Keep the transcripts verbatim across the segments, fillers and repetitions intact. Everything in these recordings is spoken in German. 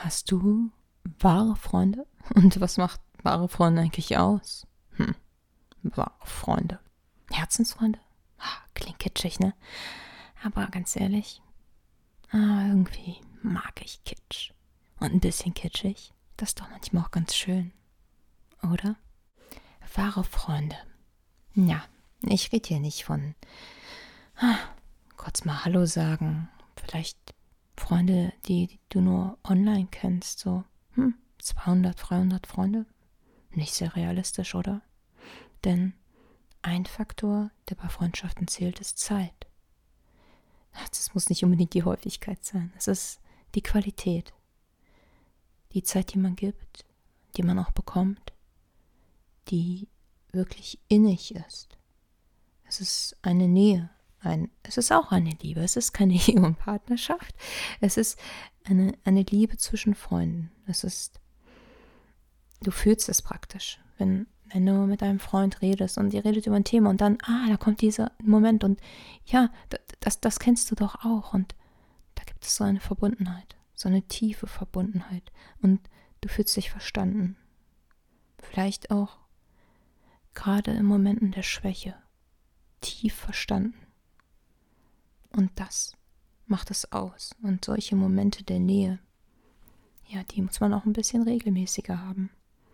Hast du wahre Freunde? Und was macht wahre Freunde eigentlich aus? Hm, wahre Freunde. Herzensfreunde? Ah, klingt kitschig, ne? Aber ganz ehrlich, ah, irgendwie mag ich Kitsch. Und ein bisschen kitschig, das ist doch manchmal auch ganz schön, oder? Wahre Freunde. Ja, ich rede hier nicht von ah, kurz mal Hallo sagen. Vielleicht Freunde, die, die du nur online kennst, so hm, zweihundert, dreihundert Freunde. Nicht sehr realistisch, oder? Denn ein Faktor, der bei Freundschaften zählt, ist Zeit. Das muss nicht unbedingt die Häufigkeit sein. Es ist die Qualität. Die Zeit, die man gibt, die man auch bekommt, die wirklich innig ist. Es ist eine Nähe. Ein, es ist auch eine Liebe. Es ist keine Ehe und Partnerschaft. Es ist eine, eine Liebe zwischen Freunden. Es ist, du fühlst es praktisch, wenn, wenn du mit einem Freund redest und ihr redet über ein Thema und dann, ah, da kommt dieser Moment und ja, das, das kennst du doch auch und da gibt es so eine Verbundenheit, so eine tiefe Verbundenheit und du fühlst dich verstanden. Vielleicht auch gerade in Momenten der Schwäche tief verstanden. Und das macht es aus. Und solche Momente der Nähe, ja, die muss man auch ein bisschen regelmäßiger haben.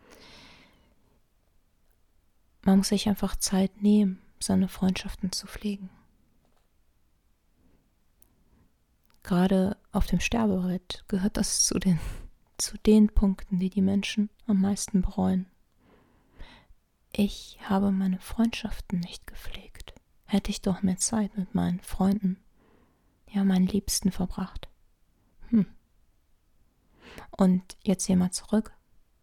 Man muss sich einfach Zeit nehmen, seine Freundschaften zu pflegen. Gerade auf dem Sterbebett gehört das zu den, zu den Punkten, die die Menschen am meisten bereuen. Ich habe meine Freundschaften nicht gepflegt. Hätte ich doch mehr Zeit mit meinen Freunden, ja, meinen Liebsten verbracht. Hm. Und jetzt hier mal zurück.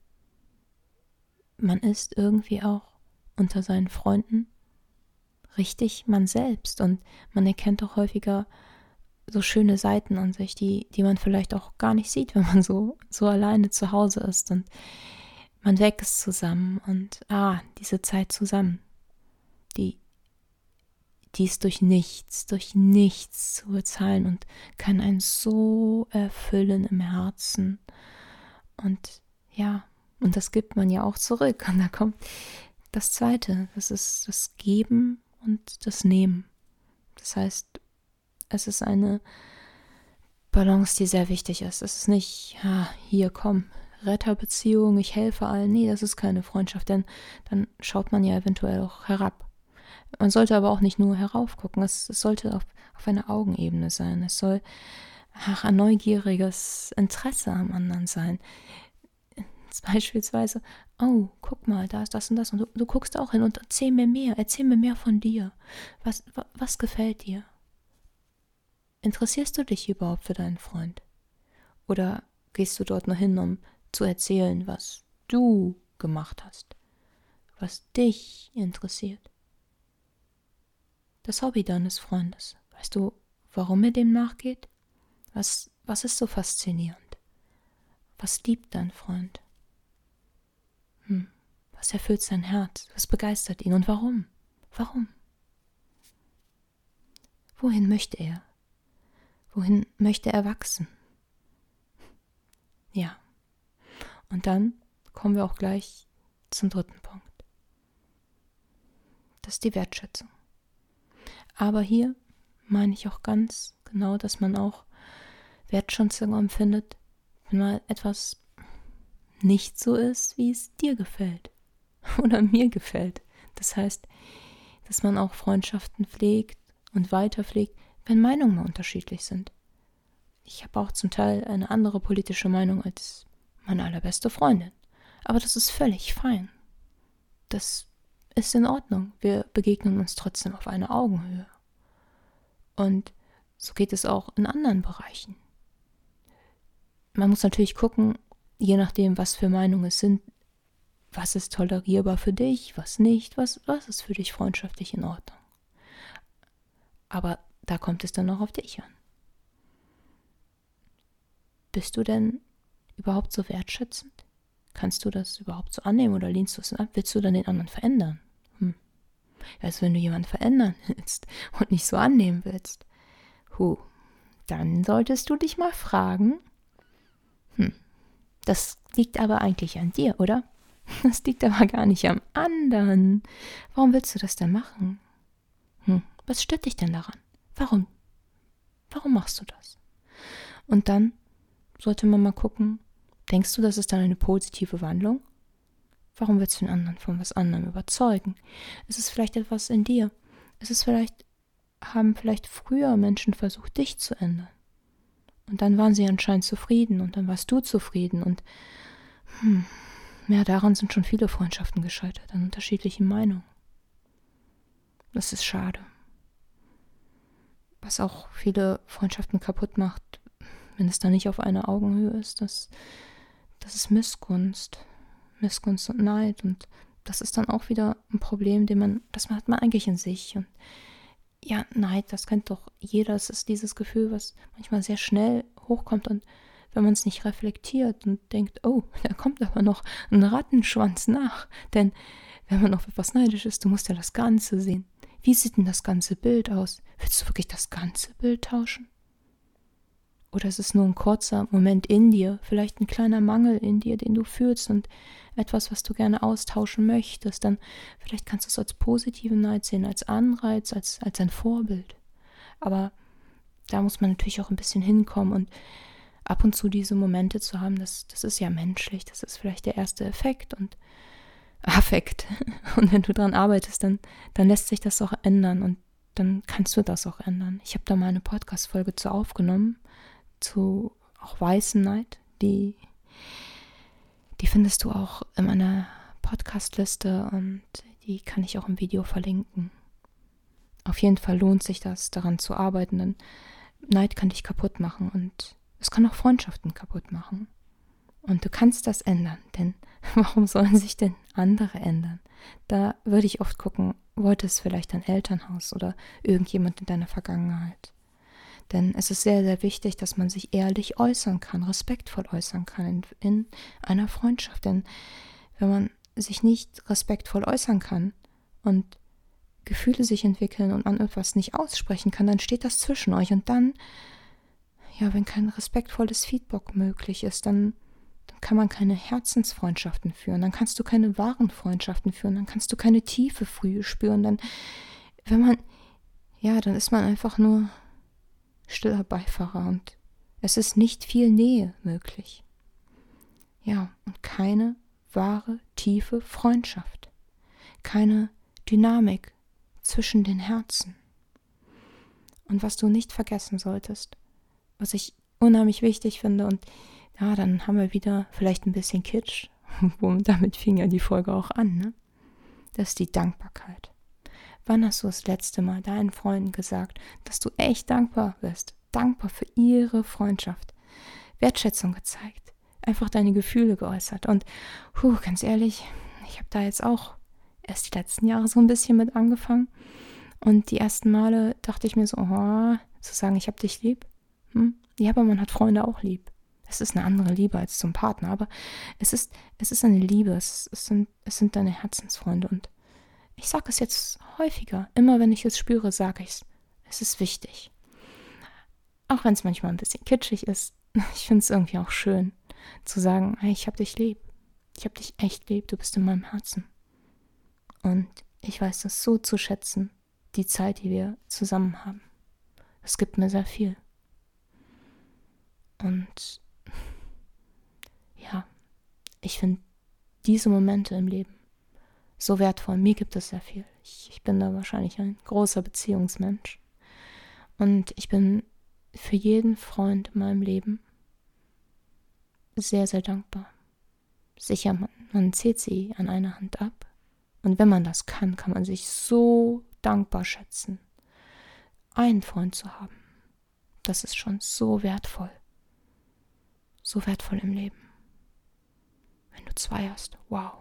Man ist irgendwie auch unter seinen Freunden richtig man selbst und man erkennt auch häufiger so schöne Seiten an sich, die, die man vielleicht auch gar nicht sieht, wenn man so, so alleine zu Hause ist und man wächst zusammen und ah, diese Zeit zusammen, die die ist durch nichts, durch nichts zu bezahlen und kann einen so erfüllen im Herzen. Und ja, und das gibt man ja auch zurück. Und da kommt das Zweite, das ist das Geben und das Nehmen. Das heißt, es ist eine Balance, die sehr wichtig ist. Es ist nicht, ja, hier, komm, Retterbeziehung, ich helfe allen. Nee, das ist keine Freundschaft, denn dann schaut man ja eventuell auch herab. Man sollte aber auch nicht nur heraufgucken, es, es sollte auf, auf einer Augenebene sein. Es soll ach, ein neugieriges Interesse am anderen sein. Beispielsweise, oh, guck mal, da ist das und das und du, du guckst auch hin und erzähl mir mehr, erzähl mir mehr von dir. Was, was, was gefällt dir? Interessierst du dich überhaupt für deinen Freund? Oder gehst du dort nur hin, um zu erzählen, was du gemacht hast, was dich interessiert? Das Hobby deines Freundes. Weißt du, warum er dem nachgeht? Was, was ist so faszinierend? Was liebt dein Freund? Hm, was erfüllt sein Herz? Was begeistert ihn und warum? Warum? Wohin möchte er? Wohin möchte er wachsen? Ja. Und dann kommen wir auch gleich zum dritten Punkt. Das ist die Wertschätzung. Aber hier meine ich auch ganz genau, dass man auch Wertschätzung empfindet, wenn mal etwas nicht so ist, wie es dir gefällt oder mir gefällt. Das heißt, dass man auch Freundschaften pflegt und weiter pflegt, wenn Meinungen mal unterschiedlich sind. Ich habe auch zum Teil eine andere politische Meinung als meine allerbeste Freundin. Aber das ist völlig fein. Das ist in Ordnung. Wir begegnen uns trotzdem auf einer Augenhöhe. Und so geht es auch in anderen Bereichen. Man muss natürlich gucken, je nachdem, was für Meinungen es sind, was ist tolerierbar für dich, was nicht, was, was ist für dich freundschaftlich in Ordnung. Aber da kommt es dann auch auf dich an. Bist du denn überhaupt so wertschätzend? Kannst du das überhaupt so annehmen oder lehnst du es ab? Willst du dann den anderen verändern? Hm. Also wenn du jemanden verändern willst und nicht so annehmen willst, huh, dann solltest du dich mal fragen, hm, Das liegt aber eigentlich an dir, oder? Das liegt aber gar nicht am anderen. Warum willst du das denn machen? Hm, was stört dich denn daran? Warum? Warum machst du das? Und dann sollte man mal gucken, denkst du, das ist dann eine positive Wandlung? Warum willst du den anderen von was anderem überzeugen? Ist es vielleicht etwas in dir? Ist es vielleicht, haben vielleicht früher Menschen versucht, dich zu ändern? Und dann waren sie anscheinend zufrieden und dann warst du zufrieden und hm, ja, daran sind schon viele Freundschaften gescheitert, an unterschiedlichen Meinungen. Das ist schade. Was auch viele Freundschaften kaputt macht, wenn es da nicht auf einer Augenhöhe ist, das, das ist Missgunst. Missgunst und Neid. Und das ist dann auch wieder ein Problem, den man, das hat man eigentlich in sich. Und ja, Neid, das kennt doch jeder. Es ist dieses Gefühl, was manchmal sehr schnell hochkommt und wenn man es nicht reflektiert und denkt, oh, da kommt aber noch ein Rattenschwanz nach. Denn wenn man auf etwas neidisch ist, du musst ja das Ganze sehen. Wie sieht denn das ganze Bild aus? Willst du wirklich das ganze Bild tauschen? Oder ist es nur ein kurzer Moment in dir, vielleicht ein kleiner Mangel in dir, den du fühlst und etwas, was du gerne austauschen möchtest, dann vielleicht kannst du es als positiven Neid sehen, als Anreiz, als, als ein Vorbild. Aber da muss man natürlich auch ein bisschen hinkommen und ab und zu diese Momente zu haben, das, das ist ja menschlich, das ist vielleicht der erste Effekt und Affekt. Und wenn du dran arbeitest, dann, dann lässt sich das auch ändern und dann kannst du das auch ändern. Ich habe da mal eine Podcast-Folge zu aufgenommen, zu auch weißen Neid, die, die findest du auch in meiner Podcast-Liste und die kann ich auch im Video verlinken. Auf jeden Fall lohnt sich das, daran zu arbeiten, denn Neid kann dich kaputt machen und es kann auch Freundschaften kaputt machen. Und du kannst das ändern, denn warum sollen sich denn andere ändern? Da würde ich oft gucken, wollte es vielleicht dein Elternhaus oder irgendjemand in deiner Vergangenheit? Denn es ist sehr, sehr wichtig, dass man sich ehrlich äußern kann, respektvoll äußern kann in, in einer Freundschaft. Denn wenn man sich nicht respektvoll äußern kann und Gefühle sich entwickeln und man etwas nicht aussprechen kann, dann steht das zwischen euch. Und dann, ja, wenn kein respektvolles Feedback möglich ist, dann, dann kann man keine Herzensfreundschaften führen. Dann kannst du keine wahren Freundschaften führen. Dann kannst du keine Tiefe früh spüren. Dann, wenn man, ja, dann ist man einfach nur stiller Beifahrer und es ist nicht viel Nähe möglich. Ja, und keine wahre, tiefe Freundschaft. Keine Dynamik zwischen den Herzen. Und was du nicht vergessen solltest, was ich unheimlich wichtig finde, und ja, dann haben wir wieder vielleicht ein bisschen Kitsch, damit fing ja die Folge auch an, ne? Das ist die Dankbarkeit. Wann hast du das letzte Mal deinen Freunden gesagt, dass du echt dankbar bist? Dankbar für ihre Freundschaft. Wertschätzung gezeigt. Einfach deine Gefühle geäußert. Und puh, ganz ehrlich, ich habe da jetzt auch erst die letzten Jahre so ein bisschen mit angefangen. Und die ersten Male dachte ich mir so, oh, zu sagen, ich habe dich lieb. Hm? Ja, aber man hat Freunde auch lieb. Es ist eine andere Liebe als zum Partner. Aber es ist, es ist eine Liebe. Es, es, sind, es sind deine Herzensfreunde. Und ich sage es jetzt häufiger. Immer wenn ich es spüre, sage ich es. Es ist wichtig. Auch wenn es manchmal ein bisschen kitschig ist. Ich finde es irgendwie auch schön, zu sagen, hey, ich habe dich lieb. Ich habe dich echt lieb. Du bist in meinem Herzen. Und ich weiß das so zu schätzen, die Zeit, die wir zusammen haben. Es gibt mir sehr viel. Und ja, ich finde diese Momente im Leben so wertvoll. Mir gibt es sehr viel. Ich, ich bin da wahrscheinlich ein großer Beziehungsmensch. Und ich bin für jeden Freund in meinem Leben sehr, sehr dankbar. Sicher, man, man zählt sie an einer Hand ab. Und wenn man das kann, kann man sich so dankbar schätzen, einen Freund zu haben. Das ist schon so wertvoll. So wertvoll im Leben. Wenn du zwei hast, wow.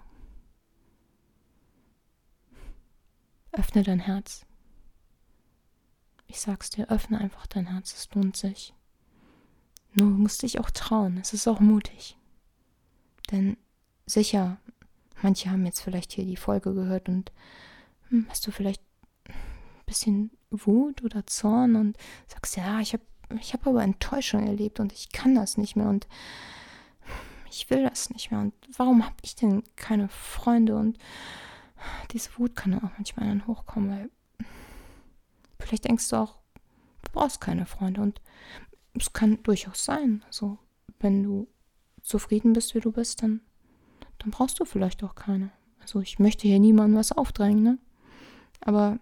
Öffne dein Herz. Ich sag's dir, öffne einfach dein Herz, es lohnt sich. Nur musst dich auch trauen, es ist auch mutig. Denn sicher, manche haben jetzt vielleicht hier die Folge gehört und hm, hast du vielleicht ein bisschen Wut oder Zorn und sagst, ja, ich habe ich hab aber Enttäuschung erlebt und ich kann das nicht mehr und ich ich will das nicht mehr. Und warum habe ich denn keine Freunde? Und diese Wut kann auch manchmal dann hochkommen, weil vielleicht denkst du auch, du brauchst keine Freunde. Und es kann durchaus sein. Also, wenn du zufrieden bist, wie du bist, dann, dann brauchst du vielleicht auch keine. Also, ich möchte hier niemandem was aufdrängen, ne? Aber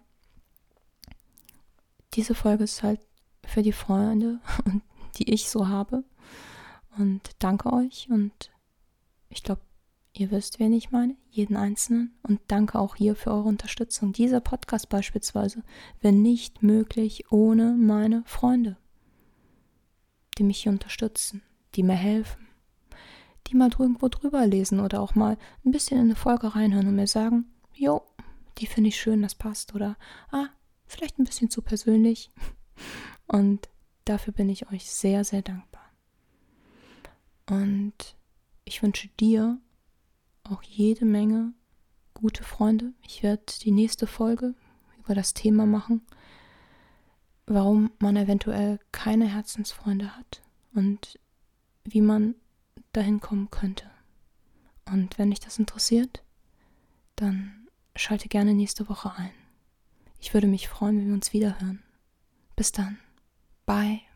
diese Folge ist halt für die Freunde, die ich so habe. Und danke euch. Und ich glaube, ihr wisst, wen ich meine, jeden Einzelnen. Und danke auch hier für eure Unterstützung. Dieser Podcast beispielsweise wäre nicht möglich ohne meine Freunde, die mich hier unterstützen, die mir helfen, die mal irgendwo drüber lesen oder auch mal ein bisschen in eine Folge reinhören und mir sagen, jo, die finde ich schön, das passt. Oder, ah, vielleicht ein bisschen zu persönlich. Und dafür bin ich euch sehr, sehr dankbar. Und ich wünsche dir auch jede Menge gute Freunde. Ich werde die nächste Folge über das Thema machen, warum man eventuell keine Herzensfreunde hat und wie man dahin kommen könnte. Und wenn dich das interessiert, dann schalte gerne nächste Woche ein. Ich würde mich freuen, wenn wir uns wiederhören. Bis dann. Bye.